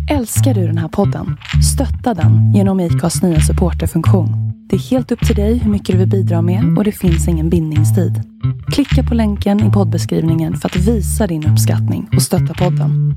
Älskar du den här podden? Stötta den genom IKAs nya supporterfunktion. Det är helt upp till dig hur mycket du vill bidra med och det finns ingen bindningstid. Klicka på länken i poddbeskrivningen för att visa din uppskattning och stötta podden.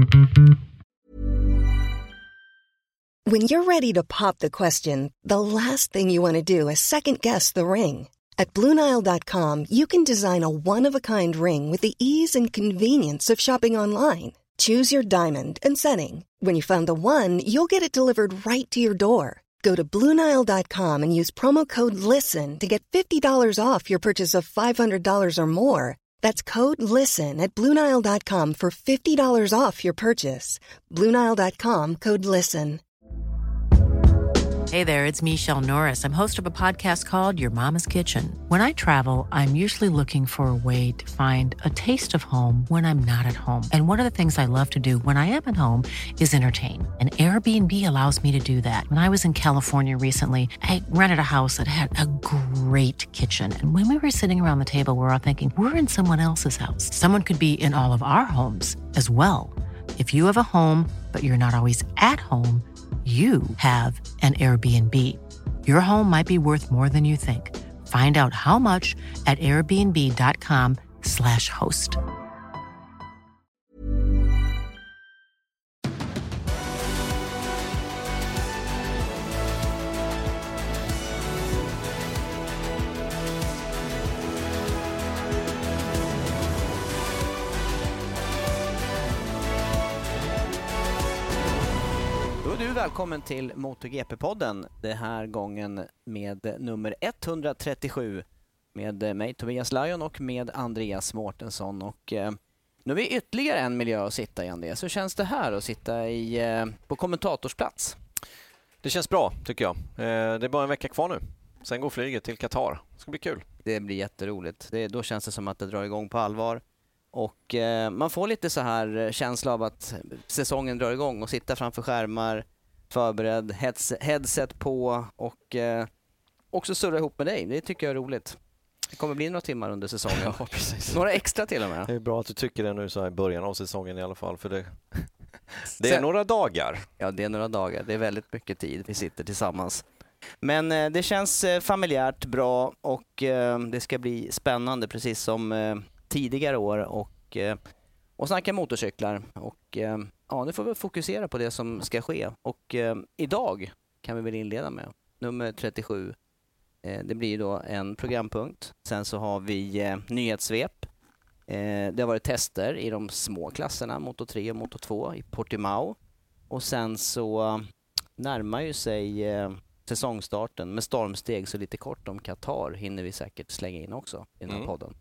When you're ready to pop the question, the last thing you want to do is second guess the ring. At BlueNile.com you can design a one-of-a-kind ring with the ease and convenience of shopping online. Choose your diamond and setting. When you find the one, you'll get it delivered right to your door. Go to BlueNile.com and use promo code LISTEN to get $50 off your purchase of $500 or more. That's code LISTEN at BlueNile.com for $50 off your purchase. BlueNile.com, code LISTEN. Hey there, it's Michelle Norris. I'm host of a podcast called Your Mama's Kitchen. When I travel, I'm usually looking for a way to find a taste of home when I'm not at home. And one of the things I love to do when I am at home is entertain. And Airbnb allows me to do that. When I was in California recently, I rented a house that had a great kitchen. And when we were sitting around the table, we were all thinking, we're in someone else's house. Someone could be in all of our homes as well. If you have a home, but you're not always at home, you have an Airbnb. Your home might be worth more than you think. Find out how much at airbnb.com/host. Välkommen till MotoGP-podden, det här gången med nummer 137 med mig Tobias Lajon och med Andreas Mårtensson. Och nu är vi ytterligare en miljö att sitta i, Andreas. Hur känns det här att sitta på kommentatorsplats? Det känns bra tycker jag. Det är bara en vecka kvar nu. Sen går flyget till Qatar. Det ska bli kul. Det blir jätteroligt. Då känns det som att det drar igång på allvar. Och man får lite så här känsla av att säsongen drar igång och sitta framför skärmar, förberedd, headset på och också surra ihop med dig. Det tycker jag är roligt. Det kommer bli några timmar under säsongen. Ja, precis. Några extra till och med. Det är bra att du tycker det nu så här i början av säsongen i alla fall. För det är några dagar. Ja, det är några dagar. Det är väldigt mycket tid vi sitter tillsammans. Men det känns familjärt bra och det ska bli spännande precis som tidigare år och snacka motorcyklar. Och ja, nu får vi fokusera på det som ska ske. Och idag kan vi väl inleda med nummer 37. Det blir då en programpunkt. Sen så har vi nyhetssvep. Det har varit tester i de små klasserna, Moto 3 och Moto 2 i Portimao. Och sen så närmar ju sig säsongstarten med stormsteg, så lite kort om Qatar hinner vi säkert slänga in också i den här podden.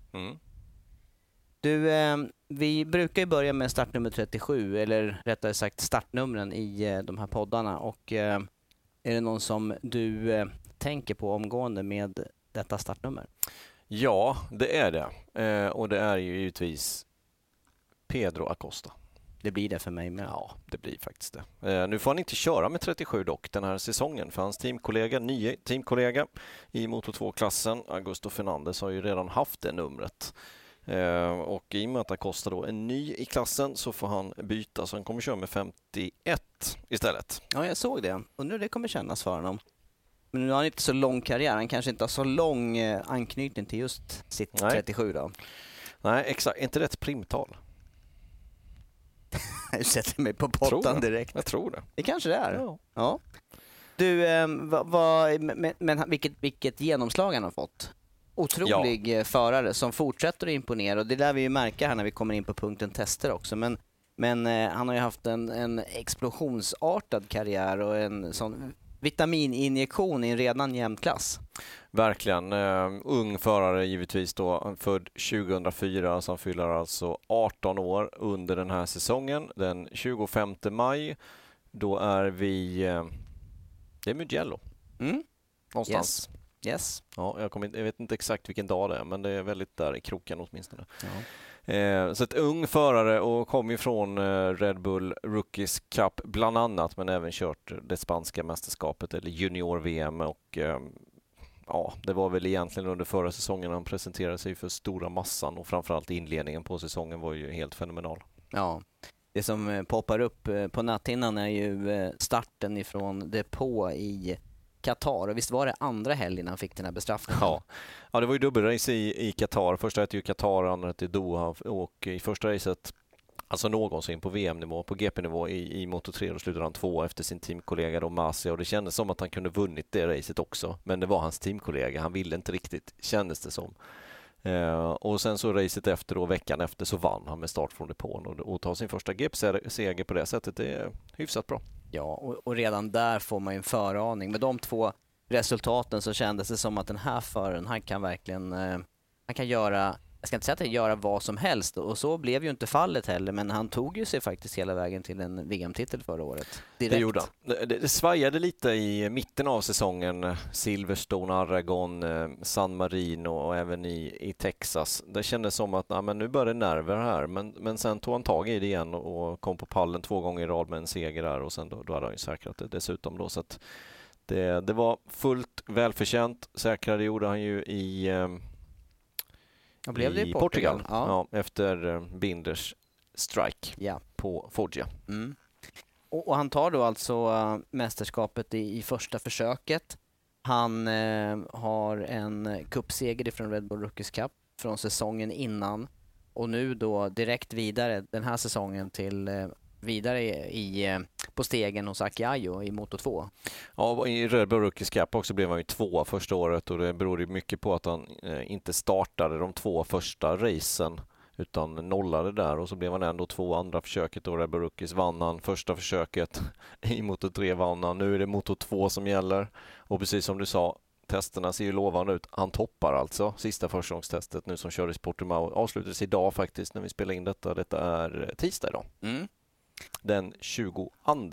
Du, vi brukar ju börja med startnummer 37, eller rättare sagt startnumren i de här poddarna. Och är det någon som du tänker på omgående med detta startnummer? Ja, det är det. Och det är ju givetvis Pedro Acosta. Det blir det för mig med. Ja, det blir faktiskt det. Nu får han inte köra med 37 dock den här säsongen, för hans nya teamkollega i Moto 2-klassen, Augusto Fernandez, har ju redan haft det numret. Och i och med att Acosta då är ny i klassen så får han byta, så han kommer köra med 51 istället. Ja, jag såg det. Undrar hur det kommer kännas för honom. Men nu har han inte så lång karriär. Han kanske inte har så lång anknytning till just sitt 37 då. Nej, exakt. Inte rätt primtal. Jag sätter mig på pottan direkt. Jag tror det. Det kanske det är. Ja. Ja. Du, men vilket genomslag han har fått. Otrolig förare som fortsätter att imponera. Och det där vi ju märka här när vi kommer in på punkten tester också. Men han har ju haft en explosionsartad karriär och en sån vitamininjektion i en redan jämn klass. Verkligen. Ung förare givetvis då, född 2004, så han fyller alltså 18 år under den här säsongen. Den 25 maj, då är vi... det är Mugello. Någonstans. Yes. Ja, jag vet inte exakt vilken dag det är, men det är väldigt där i kroken åtminstone. Ja. Så ett ung förare och kom ifrån Red Bull Rookies Cup bland annat, men även kört det spanska mästerskapet eller junior-VM, och ja, det var väl egentligen under förra säsongen han presenterade sig för stora massan, och framförallt inledningen på säsongen var ju helt fenomenal. Ja, det som poppar upp på näthinnan är ju starten ifrån depå i Qatar. Och visst var det andra helgen han fick den här bestraffningen? Ja, det var ju dubbelrace i Qatar. Första hette ju Qatar, andra hette Doha. Och i första racet, alltså någonsin på VM-nivå, på GP-nivå i Moto3, då slutade han 2 efter sin teamkollega då Masi, och det kändes som att han kunde vunnit det racet också. Men det var hans teamkollega, han ville inte riktigt, kändes det som. Och sen så racet efter då, veckan efter, så vann han med start från depån och tar sin första GP-seger på det sättet. Det är hyfsat bra. Ja, och redan där får man ju en föraning. Med de 2 resultaten så kändes det som att den här föraren, han kan verkligen, han kan göra, jag ska inte säga att han göra vad som helst, och så blev ju inte fallet heller, men han tog ju sig faktiskt hela vägen till en VM-titel förra året. Direkt. Det gjorde han. Det svajade lite i mitten av säsongen. Silverstone, Aragon, San Marino och även i Texas. Det kändes som att men nu börjar det nerver här, men sen tog han tag i det igen och kom på pallen 2 gånger i rad med en seger där, och sen då hade han ju säkrat det dessutom då, så att det var fullt välförtjänt. Säkrade gjorde han ju i blev det i Portugal. Ja, efter Binders strike på Foggia. Mm. Och han tar då alltså mästerskapet i första försöket. Han har en cupseger från Red Bull Rookies Cup från säsongen innan, och nu då direkt vidare den här säsongen till vidare på stegen hos Aki Ajo i Moto 2. Ja, i Red Bull Rookies Cup också blev han ju 2 första året, och det beror ju mycket på att han inte startade de 2 första racen utan nollade där, och så blev han ändå 2 andra försöket, och Red Bull Rookies vann han första försöket, i Moto 3 vann han, nu är det Moto 2 som gäller, och precis som du sa, testerna ser ju lovande ut. Han toppar alltså sista förstagångstestet nu som kördes i Portimao, avslutades idag faktiskt när vi spelar in detta. Detta är tisdag idag. Den 22.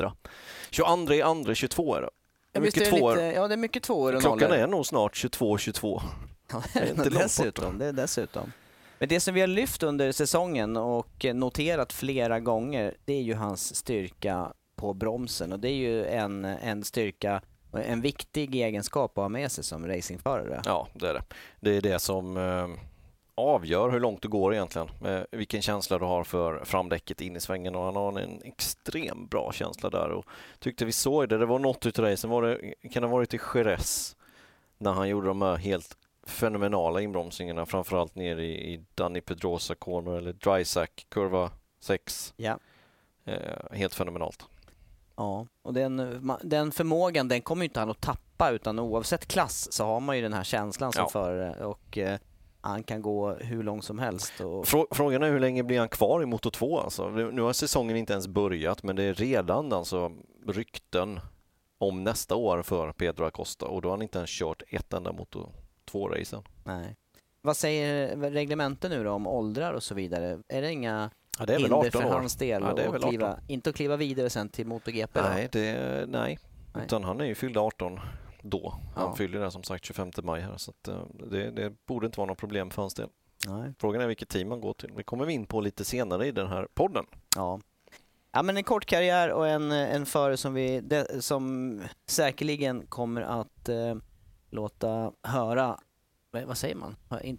22 är det. Ja, det är mycket tvåor. Klockan är nog snart 22:22. Ja, det är inte dessutom. Det är dessutom. Men det som vi har lyft under säsongen och noterat flera gånger, det är ju hans styrka på bromsen, och det är ju en styrka, en viktig egenskap att ha med sig som racingförare. Ja, det är det. Det är det som avgör hur långt det går egentligen. Vilken känsla du har för framdäcket in i svängen, och han har en extremt bra känsla där, och tyckte vi såg det. Det var något utav racen, kan det ha varit i Jerez när han gjorde de här helt fenomenala inbromsningarna, framförallt ner i Dani Pedrosa corner, eller Drysack kurva 6. Ja. Helt fenomenalt. Ja, och den förmågan, den kommer ju inte han att tappa, utan oavsett klass så har man ju den här känslan som förare, och han kan gå hur långt som helst. Och Frågan är hur länge blir han kvar i Moto 2? Alltså, nu har säsongen inte ens börjat, men det är redan alltså rykten om nästa år för Pedro Acosta, och då har han inte ens kört ett enda Moto 2-racen. Nej. Vad säger reglementen nu då om åldrar och så vidare? Är det inga det är väl 18 för år. hans del inte att kliva vidare sen till MotoGP? Nej. Utan han är ju fyllda 18 då. Han fyller det som sagt 25 maj här, så att, det borde inte vara något problem för hans del. Nej. Frågan är vilket team man går till. Det kommer vi in på lite senare i den här podden. Ja, men en kort karriär och en förare som säkerligen kommer att låta höra, vad säger man?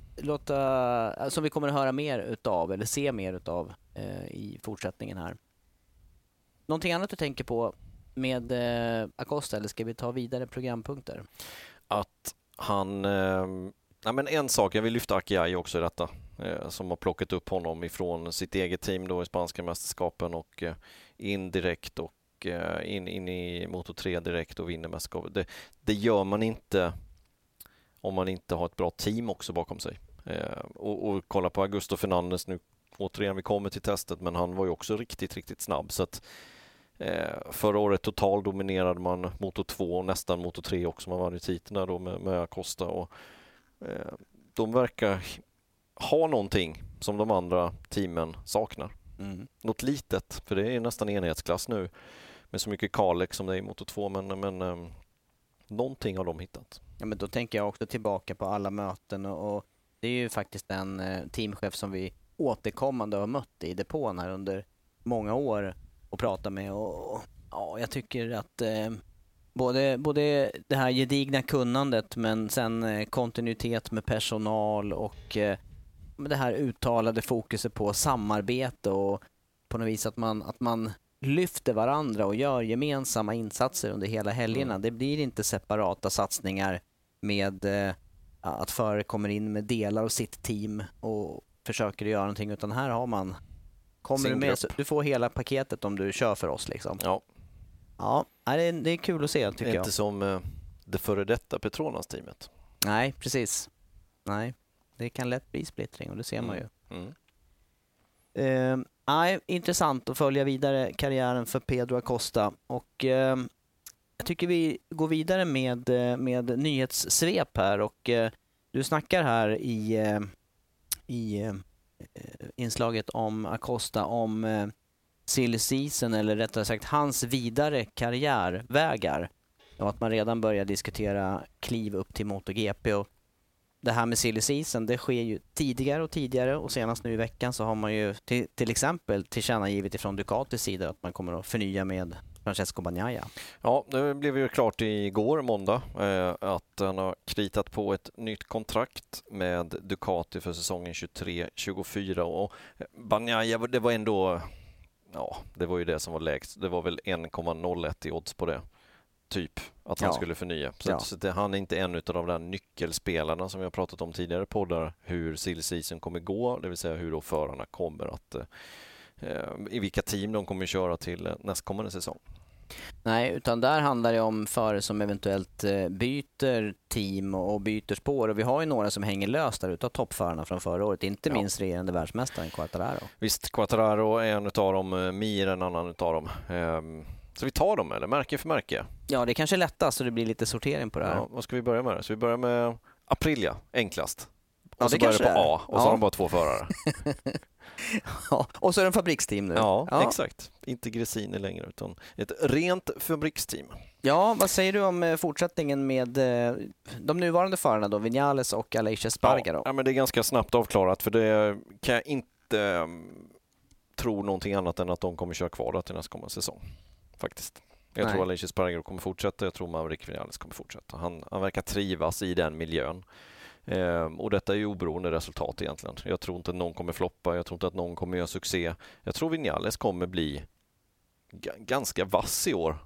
Som vi kommer att höra mer utav, eller se mer utav i fortsättningen här. Någonting annat du tänker på med Acosta, eller ska vi ta vidare programpunkter? Att han... men en sak, jag vill lyfta Aki Ajo också i detta, som har plockat upp honom ifrån sitt eget team då i spanska mästerskapen och in direkt och in i Moto 3 direkt och vinner mästerskapet. Det gör man inte om man inte har ett bra team också bakom sig. Och kolla på Augusto Fernandes nu, återigen vi kommer till testet, men han var ju också riktigt snabb, så att förra året total dominerade man Moto 2 och nästan Moto 3 också, man vann ju titeln då med Acosta, och de verkar ha någonting som de andra teamen saknar. Något litet, för det är nästan enhetsklass nu med så mycket Kalex som det är i Moto 2, men någonting har de hittat. Ja, men då tänker jag också tillbaka på alla möten, och det är ju faktiskt en teamchef som vi återkommande har mött i depån här under många år och pratat med, och jag tycker att både det här gedigna kunnandet, men sen kontinuitet med personal och med det här uttalade fokuset på samarbete och på något vis att man lyfter varandra och gör gemensamma insatser under hela helgerna. Det blir inte separata satsningar med att förare kommer in med delar av sitt team och försöker göra någonting, utan här har man kommer du med, du får hela paketet om du kör för oss liksom. Ja, det är kul att se, tycker jag. Inte som det före detta Petronas-teamet. Nej, precis. Nej, det kan lätt bli splittring och det ser man ju. Intressant att följa vidare karriären för Pedro Acosta, och jag tycker vi går vidare med nyhetssvep här, och du snackar här i inslaget om Acosta om silly season, eller rättare sagt hans vidare karriärvägar, och att man redan börjar diskutera kliv upp till MotoGP. Och det här med silly season, det sker ju tidigare och tidigare, och senast nu i veckan så har man ju till exempel tillkännagivit ifrån Ducatis sida att man kommer att förnya med Francesco Bagnaia. Ja, det blev ju klart igår måndag att han har kritat på ett nytt kontrakt med Ducati för säsongen 23-24, och Bagnaia, det var ändå, det var ju det som var lägst. Det var väl 1,01 i odds på det. Typ att han skulle förnya. Så han är inte en av de där nyckelspelarna som vi har pratat om tidigare poddar, hur silly season kommer gå, det vill säga hur då förarna kommer att i vilka team de kommer köra till nästkommande säsong. Nej, utan där handlar det om förare som eventuellt byter team och byter spår, och vi har ju några som hänger löst där utav toppförarna från förra året, inte minst regerande världsmästaren Quartararo. Visst, Quartararo är en utav dem, Mir en annan utav dem. Så vi tar dem, eller märke för märke? Ja, det är kanske lättast så det blir lite sortering på det här. Ja, vad ska vi börja med? Så vi börjar med Aprilia, enklast. Och så börjar det på A, och så har de bara 2 förare. Och så är det en fabriksteam nu. Ja, exakt. Inte Gresini längre, utan ett rent fabriksteam. Ja, vad säger du om fortsättningen med de nuvarande förarna då, Viñales och Aleix Espargaro? Ja, men det är ganska snabbt avklarat, för det kan jag inte tro någonting annat än att de kommer köra kvar till nästkommande säsong. Faktiskt. Jag tror Aleix Espargaro kommer fortsätta, jag tror Maverick Viñales kommer fortsätta. Han verkar trivas i den miljön. Och detta är ju oberoende resultat egentligen. Jag tror inte att någon kommer floppa, jag tror inte att någon kommer göra succé. Jag tror Viñales kommer bli ganska vass i år.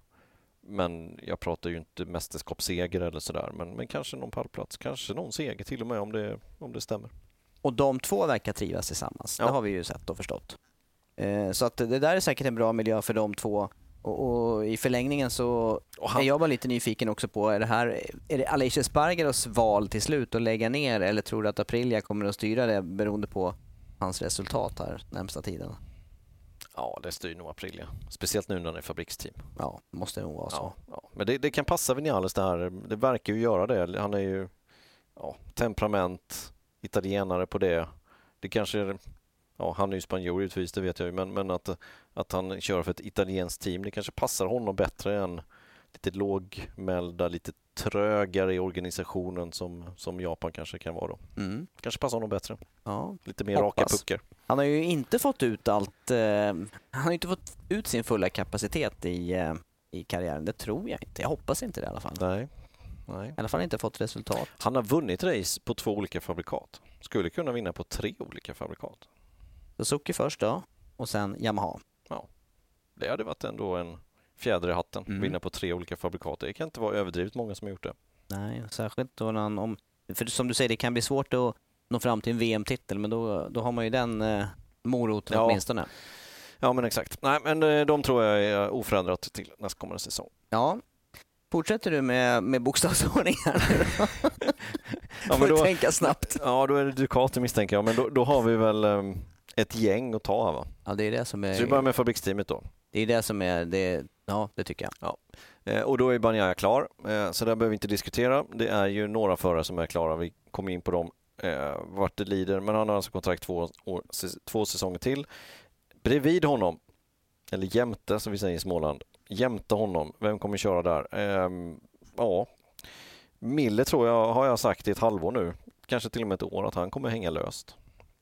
Men jag pratar ju inte mästerskapsseger eller sådär. Men kanske någon pallplats, kanske någon seger till och med om det stämmer. Och de två verkar trivas tillsammans, det har vi ju sett och förstått. Så att det där är säkert en bra miljö för de två. Och i förlängningen så är jag bara lite nyfiken också på, är det Aleix Espargaros val till slut att lägga ner, eller tror du att Aprilia kommer att styra det beroende på hans resultat här närmsta tiden? Ja, det styr nog Aprilia. Speciellt nu när han är fabriksteam. Ja, måste nog vara så. Ja. Men det kan passa Viñales det här. Det verkar ju göra det. Han är ju temperament, italienare på det. Det kanske är... Ja, han är ju spanjor utvis, det vet jag ju, men att han kör för ett italienskt team, det kanske passar honom bättre än lite lågmälda, lite trögare i organisationen som Japan kanske kan vara då. Kanske passar honom bättre. Ja, lite mer raka puckar. Han har ju inte fått ut allt, han har inte fått ut sin fulla kapacitet i karriären, det tror jag inte. Jag hoppas inte det i alla fall. Nej. I alla fall inte fått resultat. Han har vunnit race på 2 olika fabrikat. Skulle kunna vinna på 3 olika fabrikat. Suzuki först då, och sen Yamaha. Ja, det hade varit ändå en fjäder i hatten. Vinna på 3 olika fabrikat. Det kan inte vara överdrivet många som har gjort det. Nej, särskilt då för som du säger, det kan bli svårt att nå fram till en VM-titel, men då har man ju den moroten åtminstone. Ja, men exakt. Nej, men de tror jag är oförändrat till nästkommande säsong. Ja. Fortsätter du med bokstavsordningar nu då? Men då tänka snabbt. Ja, då är det Ducati misstänker jag, men då har vi väl ett gäng att ta här, va? Ja, det är det som är... Så vi börjar med fabriksteamet då. Det är det som är... det tycker jag. Ja. Och då är Bagnaia klar, så där behöver vi inte diskutera. Det är ju några förare som är klara. Vi kommer in på dem vart det lider, men han har alltså kontrakt 2 säsonger till. Bredvid honom, eller jämte som vi säger i Småland, jämte honom, vem kommer köra där? Mille tror jag, har jag sagt i ett halvår nu, kanske till och med ett år, att han kommer hänga löst.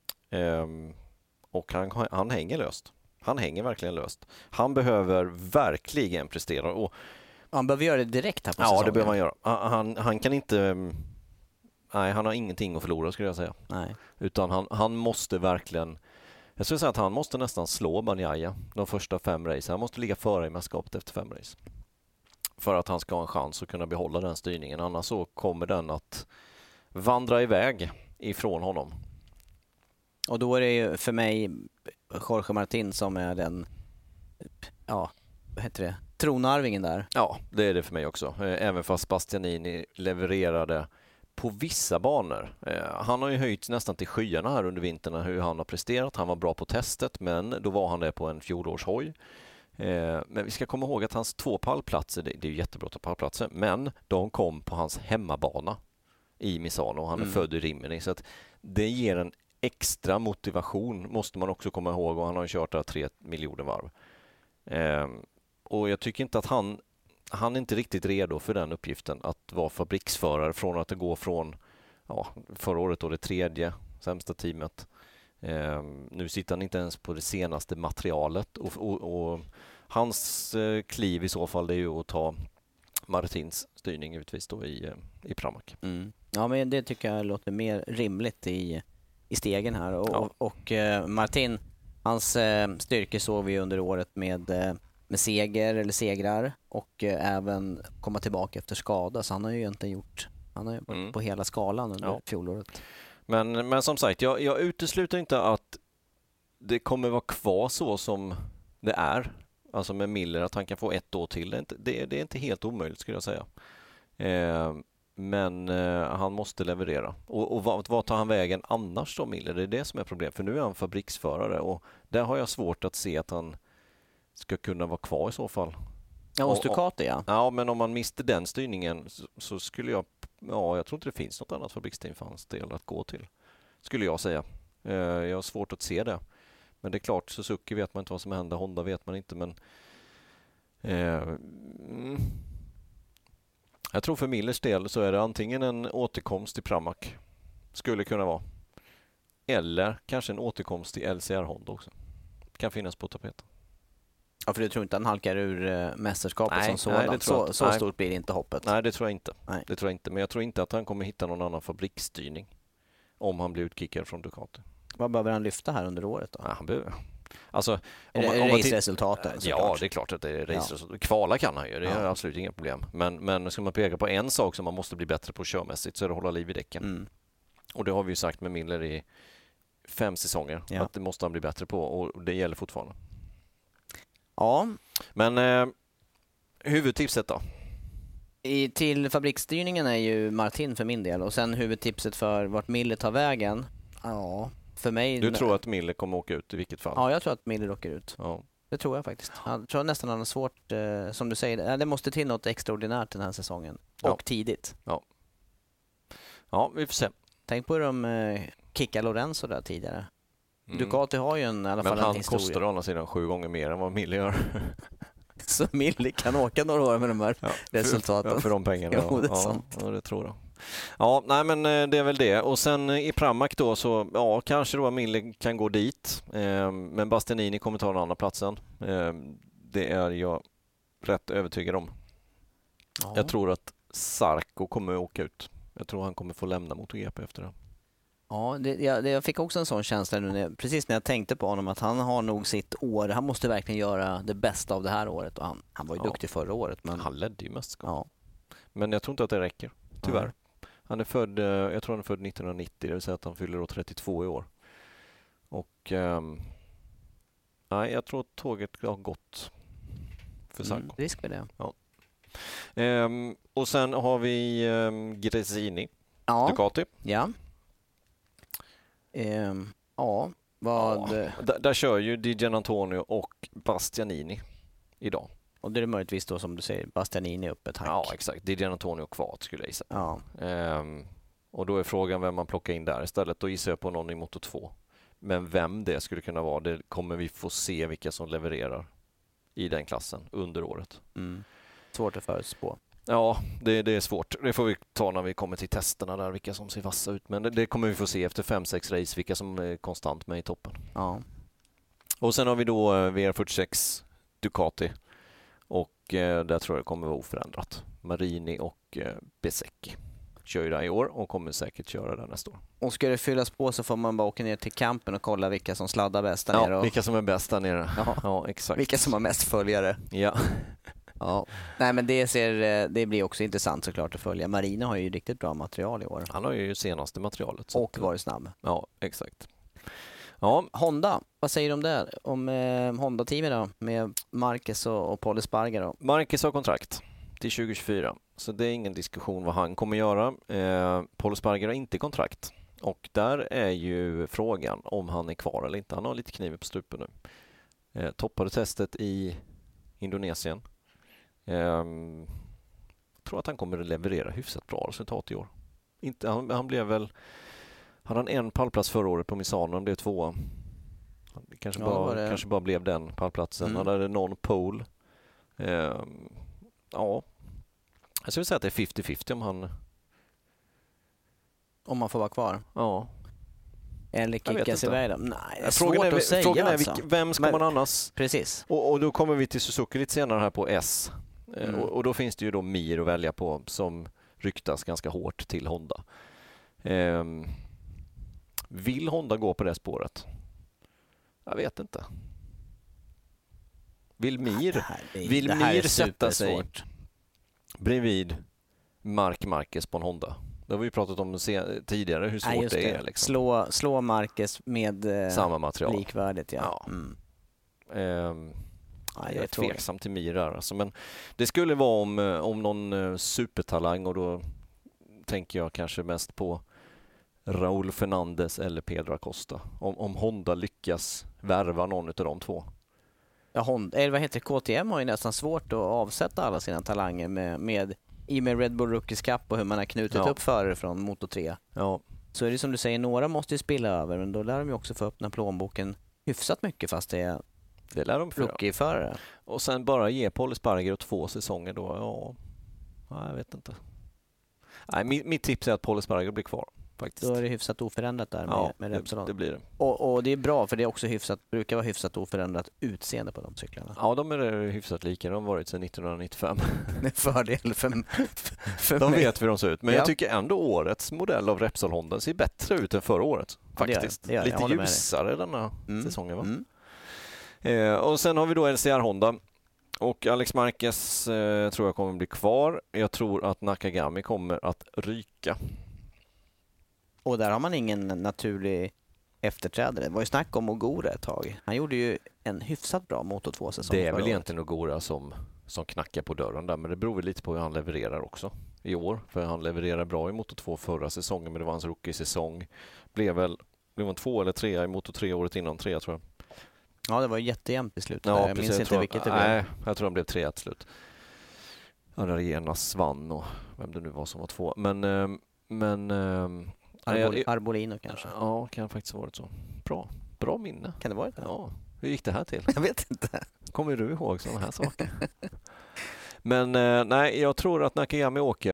Och han hänger löst. Han hänger verkligen löst. Han behöver verkligen prestera. Och han behöver göra det direkt här på säsongen. Ja, det behöver han göra. Han kan inte... Nej, han har ingenting att förlora skulle jag säga. Nej. Utan han måste verkligen Jag skulle säga att han måste nästan slå Bagnaia de första 5 race. Han måste ligga före i mästerskapet efter 5 race. För att han ska ha en chans att kunna behålla den styrningen. Annars så kommer den att vandra iväg ifrån honom. Och då är det ju för mig Jorge Martin som är den, vad heter det, tronarvingen där. Ja, det är det för mig också. Även fast Bastianini levererade på vissa banor. Han har ju höjt nästan till skyarna här under vintern hur han har presterat. Han var bra på testet, men då var han det på en fjolårshoj. Men vi ska komma ihåg att hans 2 pallplatser, det är ju jättebra att ta pallplatser, men de kom på hans hemmabana i Misano. Han är född i Rimini, så att det ger en extra motivation, måste man också komma ihåg, och han har ju kört där 3 miljoner varv. Och jag tycker inte att han är inte riktigt redo för den uppgiften att vara fabriksförare från att det går från förra året då det 3:e sämsta teamet. Nu sitter han inte ens på det senaste materialet och hans kliv i så fall det är ju att ta Martins styrning utvis då i Pramac. Ja, men det tycker jag låter mer rimligt i stegen här. Och Martin, hans styrka såg vi under året med seger eller segrar och även komma tillbaka efter skada. Så han har ju inte han har ju varit på hela skalan under fjolåret. Men som sagt, jag utesluter inte att det kommer vara kvar så som det är. Alltså med Miller, att han kan få 1 år till. Det är inte helt omöjligt skulle jag säga. Men han måste leverera. Och vad tar han vägen annars då, Miller? Det är det som är problem. För nu är han fabriksförare och där har jag svårt att se att han ska kunna vara kvar i så fall. Ja, och Ducati, ja. Ja, men om man miste den styrningen så skulle jag tror inte det finns något annat fabriksteam för hans del att gå till. Skulle jag säga. Jag har svårt att se det. Men det är klart, Suzuki vet man inte vad som händer. Honda vet man inte, men jag tror för Millers del så är det antingen en återkomst i Pramac. Skulle kunna vara. Eller kanske en återkomst i LCR Honda också. Kan finnas på tapeten. Ja, för du tror inte han halkar ur mästerskapet som sådant? Så stort blir det inte hoppet. Nej, det tror jag inte. Det tror jag inte. Men jag tror inte att han kommer hitta någon annan fabriksstyrning om han blir utkickad från Ducati. Vad behöver han lyfta här under året då? Ja, han behöver... Alltså, race-resultaten? Ja, det är klart att det är race-resultat. Kvala kan han ju, det är absolut inga problem. Men ska man peka på en sak som man måste bli bättre på körmässigt så är det att hålla liv i däcken. Och det har vi ju sagt med Miller i 5 säsonger. Att det måste han bli bättre på och det gäller fortfarande. Ja. Men huvudtipset då? Till fabriksstyrningen är ju Martin för min del. Och sen huvudtipset för vart Miller tar vägen. Ja, för mig... Du tror att Miller kommer åka ut i vilket fall? Ja, jag tror att Miller åker ut. Ja. Det tror jag faktiskt. Jag tror nästan han har svårt, som du säger. Det måste till något extraordinärt den här säsongen. Och tidigt. Ja, vi får se. Tänk på hur de kickar Lorenzo där tidigare. Ducati har ju i alla fall en historia. Men han kostar å andra sidan 7 gånger mer än vad Miller gör. Så Miller kan åka några år med de här resultaten. För de pengarna. Jo, det är sant. Ja, det tror jag. Ja, nej men det är väl det. Och sen i Pramac då så, kanske då Miller kan gå dit. Men Bastianini kommer ta den andra platsen. Det är jag rätt övertygad om. Ja. Jag tror att Sarko kommer åka ut. Jag tror han kommer få lämna MotoGP efter det. Ja, jag fick också en sån känsla nu precis när jag tänkte på honom att han har nog sitt år. Han måste verkligen göra det bästa av det här året. Och han var ju duktig förra året. Men... Han ledde ju mästerskap. Ja. Men jag tror inte att det räcker, tyvärr. Han är född, jag tror han är född 1990, det vill säga att han fyller 32 i år. Och nej, jag tror att tåget har gått för Sarko. Risk för det. Ja. Och sen har vi Gresini, Ducati. Ja. Där kör ju Di Giannantonio och Bastianini idag. Och det är möjligtvis då som du säger Bastianini upp ett hack. Ja, exakt. Di Giannantonio kvar skulle jag gissa. Ja. Och då är frågan vem man plockar in där istället. Då gissar jag på någon i Moto 2. Men vem det skulle kunna vara, det kommer vi få se vilka som levererar i den klassen under året. Svårt att förutspå. Ja, det är svårt. Det får vi ta när vi kommer till testerna där, vilka som ser vassa ut. Men det kommer vi få se efter 5-6 race, vilka som är konstant med i toppen. Ja. Och sen har vi då VR46 Ducati. Och där tror jag det kommer vara oförändrat. Marini och Bezzecchi. kör ju där i år och kommer säkert köra där nästa år. Och ska det fyllas på så får man bara åka ner till campen och kolla vilka som sladdar bäst där nere. Ja, vilka som är bäst där nere. Ja, exakt. Vilka som har mest följare. Ja. Ja. Nej, men det blir också intressant såklart att följa. Marina har ju riktigt bra material i år. Han har ju senaste materialet. Och varit snabb. Ja, exakt. Ja. Honda, vad säger du om det? Om Honda-teamet då? Med Marquez och Pol Espargaro. Marquez har kontrakt till 2024. Så det är ingen diskussion vad han kommer göra. Pol Espargaro har inte kontrakt. Och där är ju frågan om han är kvar eller inte. Han har lite kniv på strupen nu. Toppade testet i Indonesien. Tror att han kommer att leverera hyfsat bra resultat i år. Han blev väl... Hade han en pallplats förra året på Misano, han blev 2. Det kanske bara blev den pallplatsen. Han hade någon pole. Ja. Jag skulle säga att det är 50-50 om han får vara kvar. Ja. Eller kickas iväg dem. Nej, det är frågan svårt att säga. Frågan är alltså. Vem ska man annars? Precis. Och då kommer vi till Suzuki lite senare här på S. Och då finns det ju då Mir att välja på som ryktas ganska hårt till Honda. Vill Honda gå på det spåret? Jag vet inte. Vill Mir sätta sig bredvid Marc Marquez på en Honda? Det har vi pratat om tidigare hur svårt det är. Liksom. Slå Marquez med samma material. Likvärdigt. Ja. Jag är tveksam till Mir där. Alltså. Men det skulle vara om någon supertalang och då tänker jag kanske mest på Raúl Fernández eller Pedro Acosta. Om Honda lyckas värva någon av de två. Ja, vad heter KTM har ju nästan svårt att avsätta alla sina talanger med Red Bull Rookies Cup och hur man har knutit upp förare från Moto 3. Ja. Så är det som du säger, några måste ju spilla över, men då lär de ju också få öppna plånboken hyfsat mycket fast det är rookie-förare. Och sen bara ge Pol Espargaro 2 säsonger då, jag vet inte. Nej, mitt tips är att Pol Espargaro blir kvar. Faktiskt. Då är det hyfsat oförändrat där med Repsol. Det blir det. Och det är bra för det är också brukar vara hyfsat oförändrat utseende på de cyklarna. Ja, de är hyfsat lika. De har varit sedan 1995. Med fördel för de mig. vet hur de ser ut. Men jag tycker ändå årets modell av Repsol Honda ser bättre ut än förra året. Faktiskt. Det gör lite ljusare denna säsongen, va? Och sen har vi då LCR Honda. Och Alex Marquez tror jag kommer bli kvar. Jag tror att Nakagami kommer att ryka. Och där har man ingen naturlig efterträdare. Det var ju snack om Ogura ett tag. Han gjorde ju en hyfsat bra Moto 2-säsong. Det är väl egentligen Ogura som knackar på dörren där. Men det beror väl lite på hur han levererar också i år. För han levererar bra i Moto 2 förra säsongen. Men det var hans rookie-säsong. Blev en 2 eller 3 i Moto 3 året innan 3 tror jag. Ja, det var jättejämnt i slutet. Ja, jag minns inte vilket det blev. Nej, jag tror han blev 3 till slut. Arenas vann och vem det nu var som var 2. Men Arbolino kanske. Ja, kan faktiskt ha varit så. Bra minne. Kan det vara det? Ja. Hur gick det här till? Jag vet inte. Kommer du ihåg sådana här saker? Men nej, jag tror att Nakagami åker.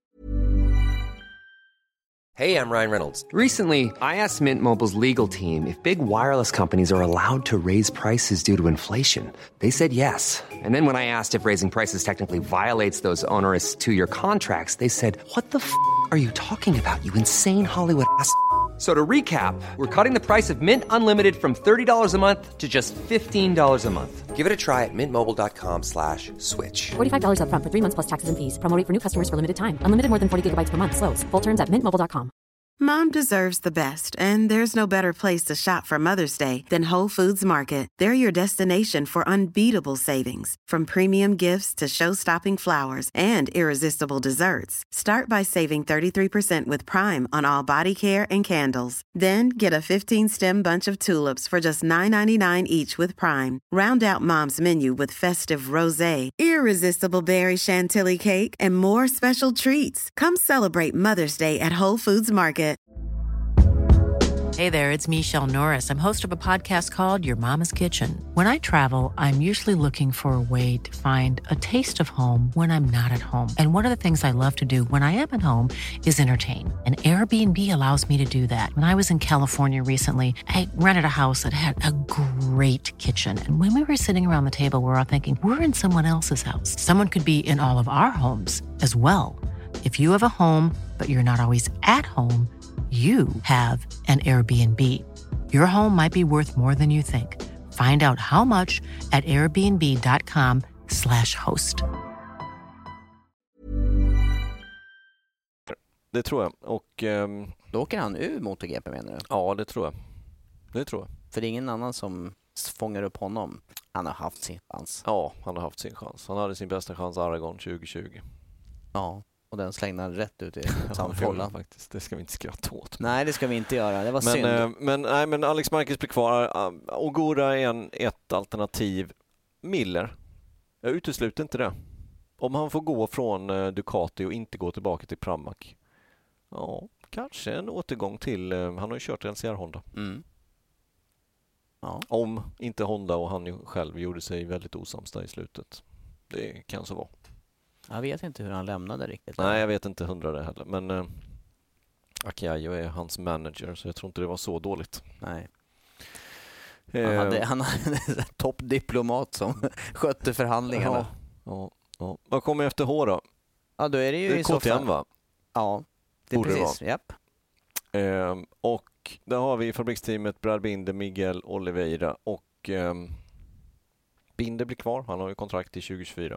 Hey, I'm Ryan Reynolds. Recently, I asked Mint Mobile's legal team if big wireless companies are allowed to raise prices due to inflation. They said yes. And then when I asked if raising prices technically violates those onerous 2-year contracts, they said, "What the f*** are you talking about, you insane Hollywood ass?" So to recap, we're cutting the price of Mint Unlimited from $30 a month to just $15 a month. Give it a try at mintmobile.com/switch. $45 up front for 3 months plus taxes and fees. Promo rate for new customers for limited time. Unlimited more than 40 gigabytes per month. Slows full terms at mintmobile.com. Mom deserves the best, and there's no better place to shop for Mother's Day than Whole Foods Market. They're your destination for unbeatable savings, from premium gifts to show-stopping flowers and irresistible desserts. Start by saving 33% with Prime on all body care and candles. Then get a 15-stem bunch of tulips for just $9.99 each with Prime. Round out Mom's menu with festive rosé, irresistible berry chantilly cake, and more special treats. Come celebrate Mother's Day at Whole Foods Market. Hey there, it's Michelle Norris. I'm host of a podcast called Your Mama's Kitchen. When I travel, I'm usually looking for a way to find a taste of home when I'm not at home. And one of the things I love to do when I am at home is entertain. And Airbnb allows me to do that. When I was in California recently, I rented a house that had a great kitchen. And when we were sitting around the table, we were all thinking, we're in someone else's house. Someone could be in all of our homes as well. If you have a home but you're not always at home, you have an Airbnb. Your home might be worth more than you think. Find out how much at airbnb.com/host. Det tror jag. Och Då åker han ur MotoGP, menar du? ja, det tror jag. Det tror jag. För det är ingen annan som fångar upp honom. Han har haft sin chans. Ja, han har haft sin chans. Han hade sin bästa chans Aragon 2020. Ja, och den slängde han rätt ut i Ja, sandfållan. faktiskt. Det ska vi inte skratta åt. Nej, det ska vi inte göra. Det var synd. Men Alex Marquez blir kvar. Ogura är ett alternativ. Miller, jag utesluter inte det. Om han får gå från Ducati och inte gå tillbaka till Pramac. Ja, kanske en återgång till... han har ju kört LCR Honda. Mm. Ja. Om inte Honda och han ju själv gjorde sig väldigt osams där i slutet. Det kan så vara. Jag vet inte hur han lämnade riktigt. Nej, jag vet inte 100 det heller. Men Akiayo är hans manager, så jag tror inte det var så dåligt. Nej. Han hade en toppdiplomat som skötte förhandlingarna. Ja. Vad kommer efter H då? Ja, då är det ju det är i så KTM, fall. va? Ja, det är Borde precis. Japp. Och där har vi fabriksteamet Brad Binder, Miguel Oliveira och Binder blir kvar. Han har ju kontrakt till 2024.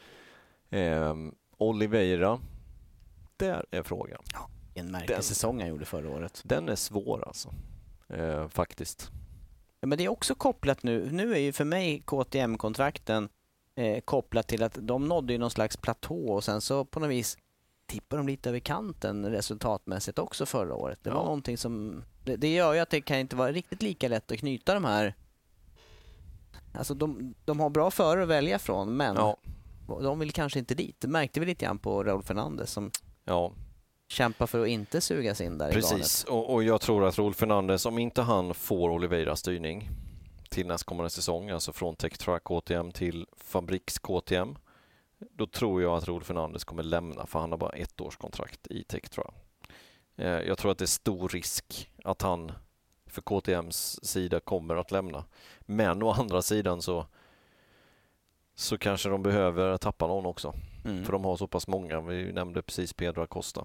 Oliveira, där är frågan. Ja, en märklig säsong han gjorde förra året. Den är svår alltså, faktiskt. Ja, men det är också kopplat nu. Nu är ju för mig KTM-kontrakten kopplat till att de nådde ju någon slags platå och sen så på något vis tippar de lite över kanten resultatmässigt också förra året. Det var någonting som... Det gör ju att det kan inte vara riktigt lika lätt att knyta de här... Alltså de har bra förare att välja från, men de vill kanske inte dit. Det märkte vi lite grann på Raúl Fernández som kämpar för att inte sugas in där. Precis, och jag tror att Raúl Fernández, om inte han får Oliveira styrning till nästkommande säsong, alltså från Tech-Track KTM till Fabriks KTM, då tror jag att Raúl Fernández kommer lämna, för han har bara 1 års kontrakt i Tech-Track. Jag tror att det är stor risk att han för KTMs sida kommer att lämna. Men å andra sidan så kanske de behöver tappa någon också. För de har så pass många. Vi nämnde precis Pedro Acosta.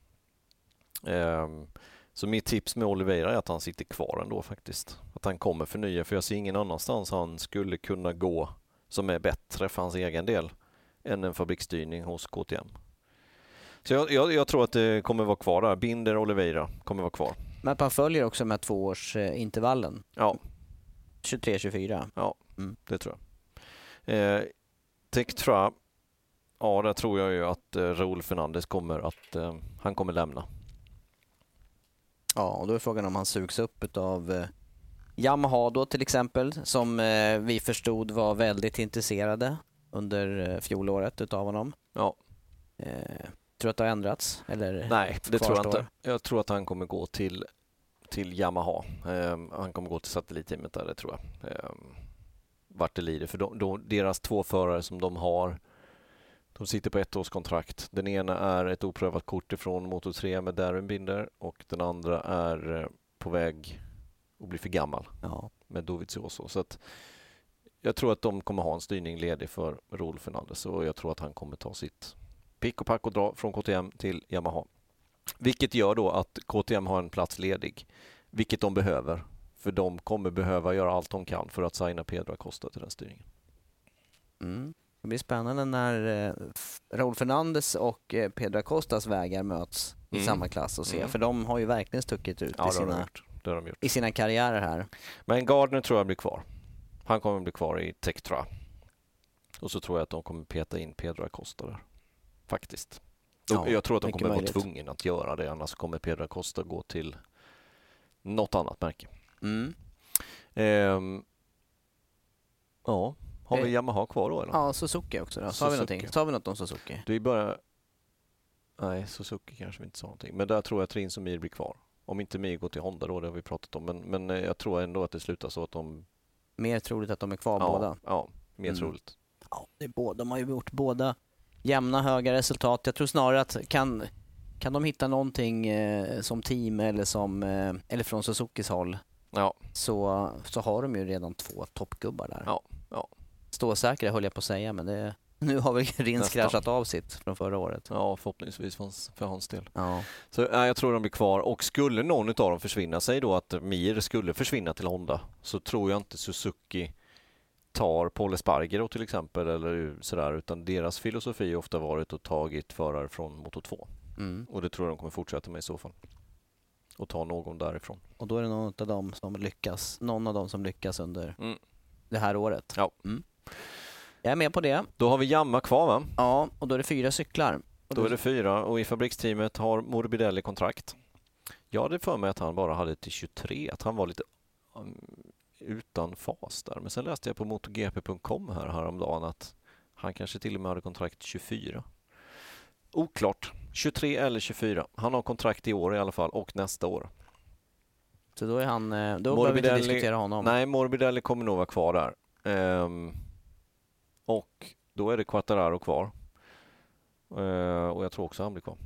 Så mitt tips med Oliveira är att han sitter kvar ändå faktiskt. Att han kommer förnya. För jag ser ingen annanstans han skulle kunna gå som är bättre för hans egen del än en fabriksstyrning hos KTM. Så jag tror att det kommer vara kvar där. Binder och Oliveira kommer vara kvar. Men han följer också med 2-årsintervallen. Ja. 23-24. Ja, det tror jag. Tech-Track, ja, där tror jag ju att Raúl Fernández han kommer lämna. Ja, och då är frågan om han sugs upp av Yamaha då till exempel, som vi förstod var väldigt intresserade under fjolåret utav honom. Ja. Tror du att det har ändrats? Eller nej, det tror jag inte. Jag tror att han kommer gå till Yamaha. Han kommer gå till satellitteamet där, det tror jag. Vart det lider. För deras 2 förare som de har, de sitter på 1 års kontrakt. Den ena är ett oprövat kort ifrån Moto3 med Darren Binder och den andra är på väg att bli för gammal med Dovizioso. Så att jag tror att de kommer ha en styrning ledig för Raúl Fernández och jag tror att han kommer ta sitt pick och pack och dra från KTM till Yamaha. Vilket gör då att KTM har en plats ledig, vilket de behöver. För de kommer behöva göra allt de kan för att signa Pedro Acosta till den styrningen. Det blir spännande när Raúl Fernández och Pedro Acostas vägar möts i samma klass och se. För de har ju verkligen stuckit ut i sina karriärer här. Men Gardner tror jag blir kvar. Han kommer bli kvar i Tech-Track. Och så tror jag att de kommer peta in Pedro Acosta där. Faktiskt. Jag tror att de kommer vara tvungna att göra det, annars kommer Pedro Acosta gå till något annat märke. Har vi Yamaha kvar då eller? Ja, Suzuki också då. Sa vi något om Suzuki? Det är bara... Nej, Suzuki kanske vi inte sa någonting. Men där tror jag att Rins och Mir blir kvar. Om inte Mir går till Honda då, det har vi pratat om. Men jag tror ändå att det slutar så att de... Mer troligt att de är kvar båda. Ja, mer troligt. Ja, de har ju gjort båda jämna höga resultat. Jag tror snarare att kan de hitta någonting som team eller från Suzukis håll, så har de ju redan 2 toppgubbar där. Ja. Stå säkra höll jag på att säga, men Nu har väl Rins kraschat av sitt från förra året. Ja, förhoppningsvis för hans del. Ja. Så jag tror de blir kvar. Och skulle någon av dem försvinna, sig då att Mir skulle försvinna till Honda, så tror jag inte Suzuki tar Paul Espargaro till exempel eller sådär, utan deras filosofi har ofta varit att tagit förare från Moto 2. Och det tror jag de kommer fortsätta med i så fall. Och ta någon därifrån. Och då är det någon av dem som lyckas under det här året. Ja. Jag är med på det. Då har vi Yamaha kvar, va? Ja, och då är det 4 cyklar. Då är det 4 och i fabriksteamet har Morbidelli kontrakt. Jag hade för mig att han bara hade till 23, att han var lite utan fas där. Men sen läste jag på MotoGP.com häromdagen att han kanske till och med hade kontrakt 24. Oklart. 23 eller 24. Han har kontrakt i år i alla fall och nästa år. Så då är han, då behöver vi inte diskutera honom. Nej, Morbidelli kommer nog vara kvar där. Och då är det Quartararo kvar. Och jag tror också han blir kvar.